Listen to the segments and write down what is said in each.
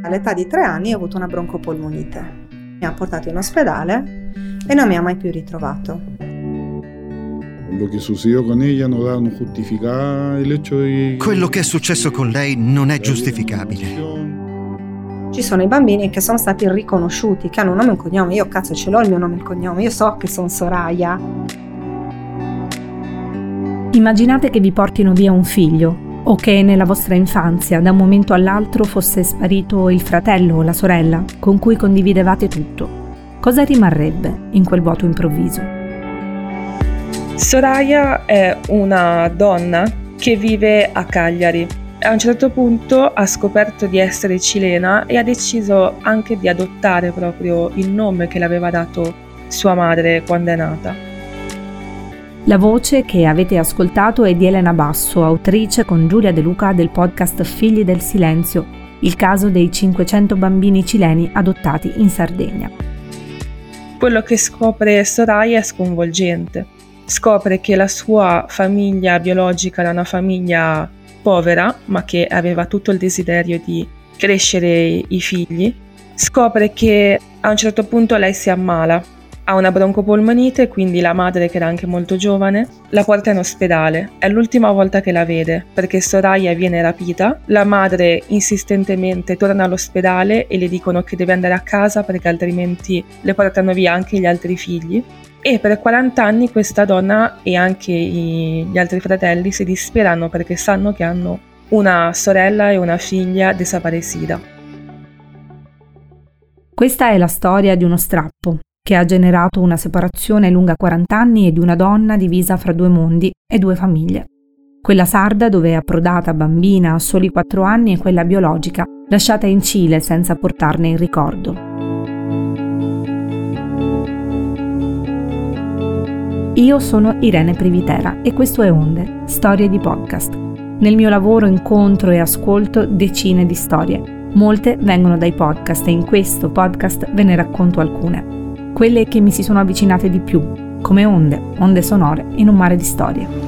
All'età di 3 anni ho avuto una broncopolmonite. Mi ha portato in ospedale e non mi ha mai più ritrovato. Lo che sucedió con ella non giustifica il hecho di... Quello che è successo con lei non è giustificabile. Ci sono i bambini che sono stati riconosciuti, che hanno un nome e un cognome. Io cazzo ce l'ho il mio nome e il cognome, io so che sono Soraya. Immaginate che vi portino via un figlio, o che nella vostra infanzia da un momento all'altro fosse sparito il fratello o la sorella con cui condividevate tutto. Cosa rimarrebbe in quel vuoto improvviso? Soraya è una donna che vive a Cagliari. A un certo punto ha scoperto di essere cilena e ha deciso anche di adottare proprio il nome che le aveva dato sua madre quando è nata. La voce che avete ascoltato è di Elena Basso, autrice con Giulia De Luca del podcast Figli del Silenzio, il caso dei 500 bambini cileni adottati in Sardegna. Quello che scopre Soraya è sconvolgente. Scopre che la sua famiglia biologica era una famiglia povera, ma che aveva tutto il desiderio di crescere i figli. Scopre che a un certo punto lei si ammala. Ha una broncopolmonite, quindi la madre, che era anche molto giovane, la porta in ospedale. È l'ultima volta che la vede, perché Soraya viene rapita. La madre insistentemente torna all'ospedale e le dicono che deve andare a casa perché altrimenti le portano via anche gli altri figli. E per 40 anni questa donna e anche gli altri fratelli si disperano perché sanno che hanno una sorella e una figlia desaparecida. Questa è la storia di uno strappo che ha generato una separazione lunga 40 anni e di una donna divisa fra 2 mondi e 2 famiglie. Quella sarda, dove è approdata bambina a soli 4 anni, e quella biologica, lasciata in Cile senza portarne il ricordo. Io sono Irene Privitera e questo è Onde, storie di podcast. Nel mio lavoro incontro e ascolto decine di storie. Molte vengono dai podcast e in questo podcast ve ne racconto alcune. Quelle che mi si sono avvicinate di più, come onde sonore in un mare di storie.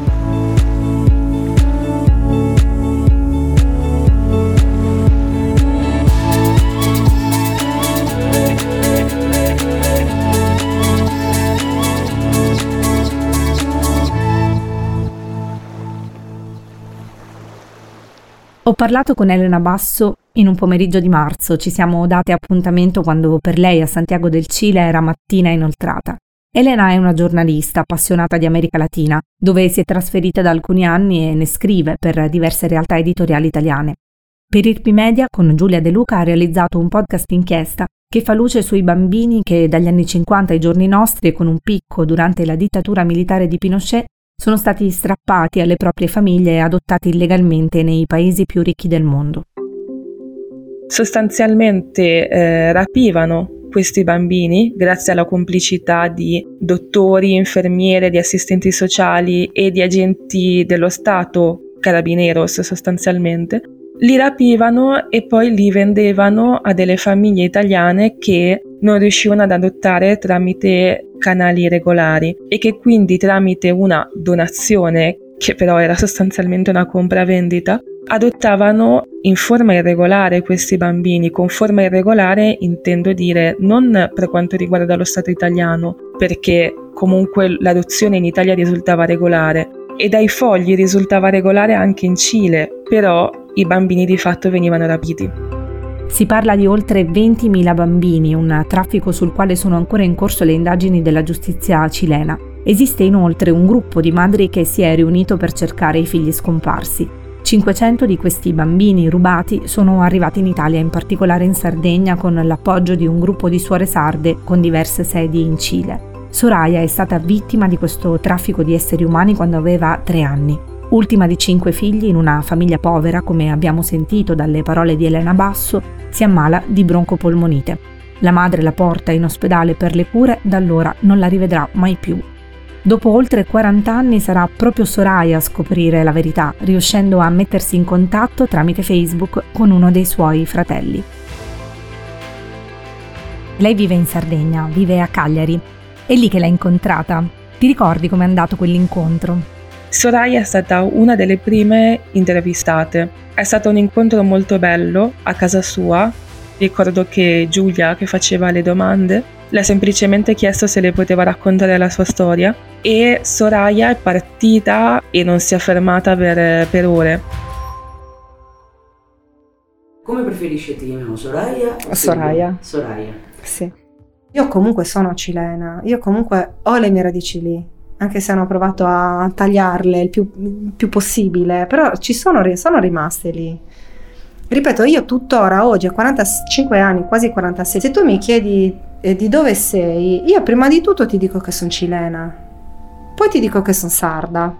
Ho parlato con Elena Basso in un pomeriggio di marzo, ci siamo date appuntamento quando per lei a Santiago del Cile era mattina inoltrata. Elena è una giornalista appassionata di America Latina, dove si è trasferita da alcuni anni e ne scrive per diverse realtà editoriali italiane. Per Irpi Media, con Giulia De Luca, ha realizzato un podcast inchiesta che fa luce sui bambini che dagli anni 50 ai giorni nostri e con un picco durante la dittatura militare di Pinochet sono stati strappati alle proprie famiglie e adottati illegalmente nei paesi più ricchi del mondo. Sostanzialmente rapivano questi bambini grazie alla complicità di dottori, infermiere, di assistenti sociali e di agenti dello Stato, carabineros sostanzialmente. Li rapivano e poi li vendevano a delle famiglie italiane che non riuscivano ad adottare tramite canali regolari e che quindi tramite una donazione, che però era sostanzialmente una compravendita, adottavano in forma irregolare questi bambini. Con forma irregolare intendo dire non per quanto riguarda lo Stato italiano, perché comunque l'adozione in Italia risultava regolare e dai fogli risultava regolare anche in Cile, però i bambini di fatto venivano rapiti. Si parla di oltre 20.000 bambini, un traffico sul quale sono ancora in corso le indagini della giustizia cilena. Esiste inoltre un gruppo di madri che si è riunito per cercare i figli scomparsi. 500 di questi bambini rubati sono arrivati in Italia, in particolare in Sardegna, con l'appoggio di un gruppo di suore sarde con diverse sedi in Cile. Soraya è stata vittima di questo traffico di esseri umani quando aveva 3 anni. Ultima di 5 figli in una famiglia povera, come abbiamo sentito dalle parole di Elena Basso, si ammala di broncopolmonite. La madre la porta in ospedale per le cure, da allora non la rivedrà mai più. Dopo oltre 40 anni sarà proprio Soraya a scoprire la verità, riuscendo a mettersi in contatto tramite Facebook con uno dei suoi fratelli. Lei vive in Sardegna, vive a Cagliari. È lì che l'ha incontrata. Ti ricordi com'è andato quell'incontro? Soraya è stata una delle prime intervistate. È stato un incontro molto bello a casa sua. Ricordo che Giulia, che faceva le domande, le ha semplicemente chiesto se le poteva raccontare la sua storia e Soraya è partita e non si è fermata per ore. Come preferisci ti chiamiamo, Soraya? Soraya. Soraya. Sì. Io comunque sono cilena, io comunque ho le mie radici lì, anche se hanno provato a tagliarle il più possibile, però sono rimaste lì. Ripeto, io tuttora oggi a 45 anni, quasi 46, se tu mi chiedi di dove sei, io prima di tutto ti dico che sono cilena, poi ti dico che sono sarda.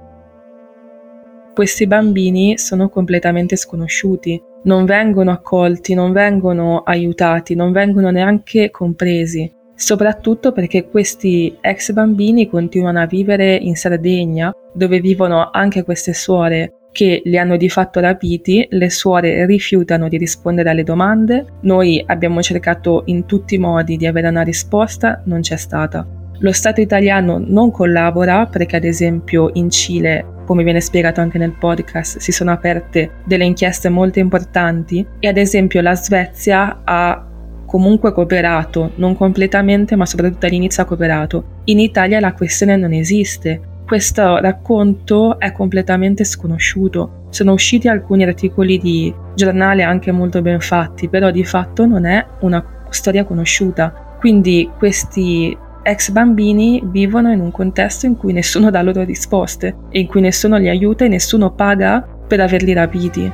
Questi bambini sono completamente sconosciuti, non vengono accolti, non vengono aiutati, non vengono neanche compresi, soprattutto perché questi ex bambini continuano a vivere in Sardegna, dove vivono anche queste suore che li hanno di fatto rapiti. Le suore rifiutano di rispondere alle domande, noi abbiamo cercato in tutti i modi di avere una risposta, non c'è stata. Lo Stato italiano non collabora perché ad esempio in Cile, come viene spiegato anche nel podcast, si sono aperte delle inchieste molto importanti e ad esempio la Svezia ha comunque cooperato, non completamente ma soprattutto all'inizio ha cooperato. In Italia la questione non esiste. Questo racconto è completamente sconosciuto. Sono usciti alcuni articoli di giornale anche molto ben fatti, però di fatto non è una storia conosciuta. Quindi questi ex bambini vivono in un contesto in cui nessuno dà loro risposte e in cui nessuno li aiuta e nessuno paga per averli rapiti.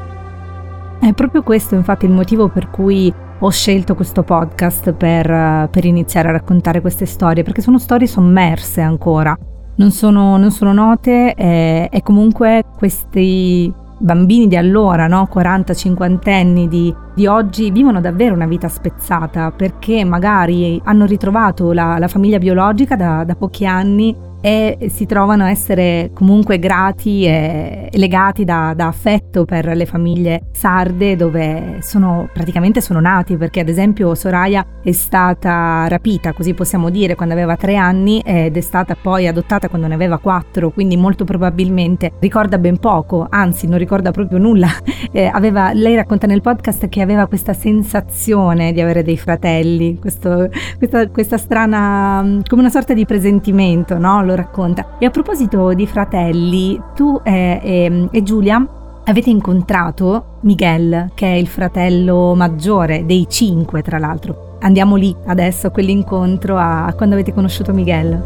È proprio questo infatti il motivo per cui ho scelto questo podcast per iniziare a raccontare queste storie, perché sono storie sommerse ancora. Non sono note e comunque questi bambini di allora, no? 40-50 anni di oggi vivono davvero una vita spezzata perché magari hanno ritrovato la famiglia biologica da pochi anni e si trovano a essere comunque grati e legati da affetto per le famiglie sarde dove sono nati, perché ad esempio Soraya è stata rapita, così possiamo dire, quando aveva 3 anni ed è stata poi adottata quando ne aveva 4, quindi molto probabilmente ricorda ben poco, anzi non ricorda proprio nulla. Lei racconta nel podcast che aveva questa sensazione di avere dei fratelli, questa strana, come una sorta di presentimento, no? Lo racconta. E a proposito di fratelli, tu e Giulia avete incontrato Miguel, che è il fratello maggiore dei 5, tra l'altro. Andiamo lì adesso a quell'incontro, a quando avete conosciuto Miguel.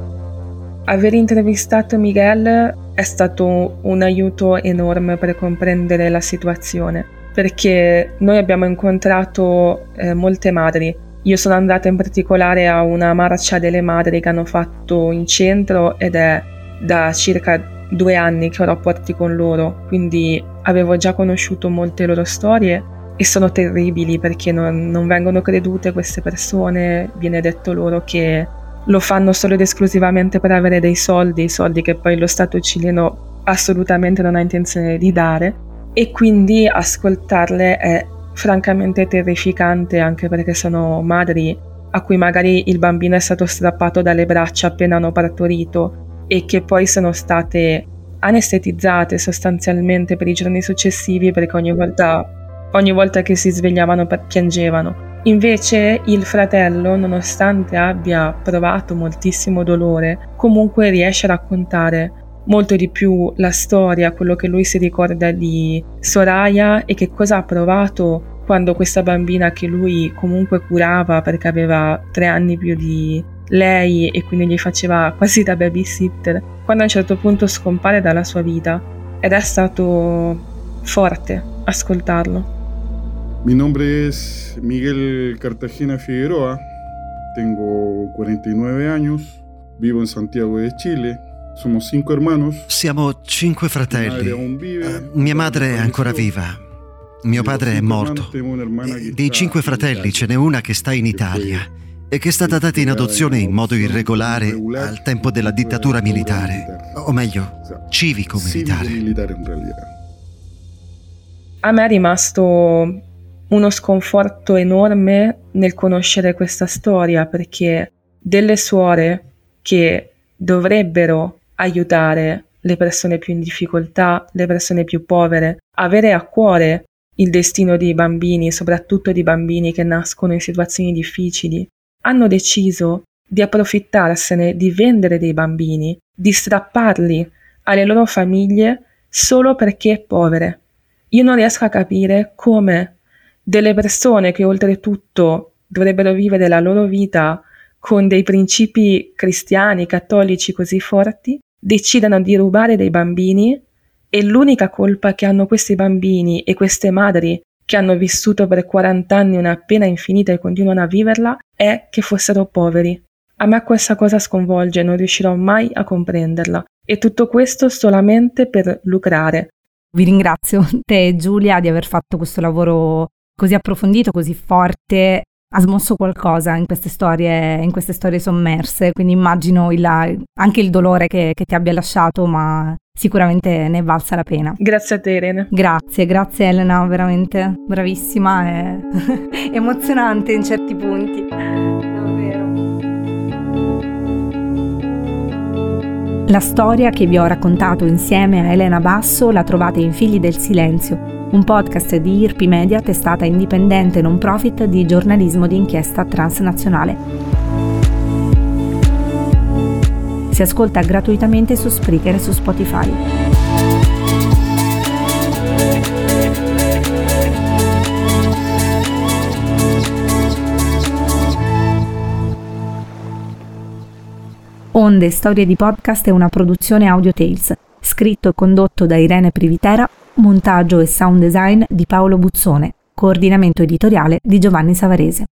Aver intervistato Miguel è stato un aiuto enorme per comprendere la situazione, perché noi abbiamo incontrato molte madri. Io sono andata in particolare a una marcia delle madri che hanno fatto in centro ed è da circa 2 anni che ho rapporti con loro, quindi avevo già conosciuto molte loro storie e sono terribili perché non vengono credute queste persone, viene detto loro che lo fanno solo ed esclusivamente per avere dei soldi che poi lo Stato cileno assolutamente non ha intenzione di dare, e quindi ascoltarle è francamente terrificante, anche perché sono madri a cui magari il bambino è stato strappato dalle braccia appena hanno partorito e che poi sono state anestetizzate sostanzialmente per i giorni successivi perché ogni volta che si svegliavano piangevano. Invece il fratello, nonostante abbia provato moltissimo dolore, comunque riesce a raccontare molto di più la storia, quello che lui si ricorda di Soraya e che cosa ha provato quando questa bambina che lui comunque curava perché aveva 3 anni più di lei e quindi gli faceva quasi da babysitter, quando a un certo punto scompare dalla sua vita, ed è stato forte ascoltarlo. Mi nombre es Miguel Cartagena Figueroa, tengo 49 años, vivo en Santiago de Chile. Somos 5 hermanos. Siamo 5 fratelli. Mia madre è ancora viva. Mio padre è morto. Dei 5 fratelli ce n'è una che sta in Italia e che è stata data in adozione in modo irregolare al tempo della dittatura militare, o meglio, civico-militare. A me è rimasto uno sconforto enorme nel conoscere questa storia, perché delle suore che dovrebbero aiutare le persone più in difficoltà, le persone più povere, avere a cuore il destino dei bambini, soprattutto di bambini che nascono in situazioni difficili, hanno deciso di approfittarsene, di vendere dei bambini, di strapparli alle loro famiglie solo perché povere. Io non riesco a capire come delle persone che oltretutto dovrebbero vivere la loro vita con dei principi cristiani, cattolici così forti, decidano di rubare dei bambini, e l'unica colpa che hanno questi bambini e queste madri che hanno vissuto per 40 anni una pena infinita e continuano a viverla è che fossero poveri. A me questa cosa sconvolge, non riuscirò mai a comprenderla. E tutto questo solamente per lucrare. Vi ringrazio te e Giulia di aver fatto questo lavoro così approfondito, così forte. Ha smosso qualcosa in queste storie sommerse, quindi immagino anche il dolore che ti abbia lasciato, ma sicuramente ne è valsa la pena. Grazie a te, Irene. Grazie Elena, veramente bravissima e emozionante in certi punti. Davvero. La storia che vi ho raccontato insieme a Elena Basso la trovate in Figli del Silenzio, un podcast di IRPI Media, testata indipendente non profit di giornalismo di inchiesta transnazionale. Si ascolta gratuitamente su Spreaker e su Spotify. Onde Storie di Podcast è una produzione Audio Tales, scritto e condotto da Irene Privitera, montaggio e sound design di Paolo Buzzone, coordinamento editoriale di Giovanni Savarese.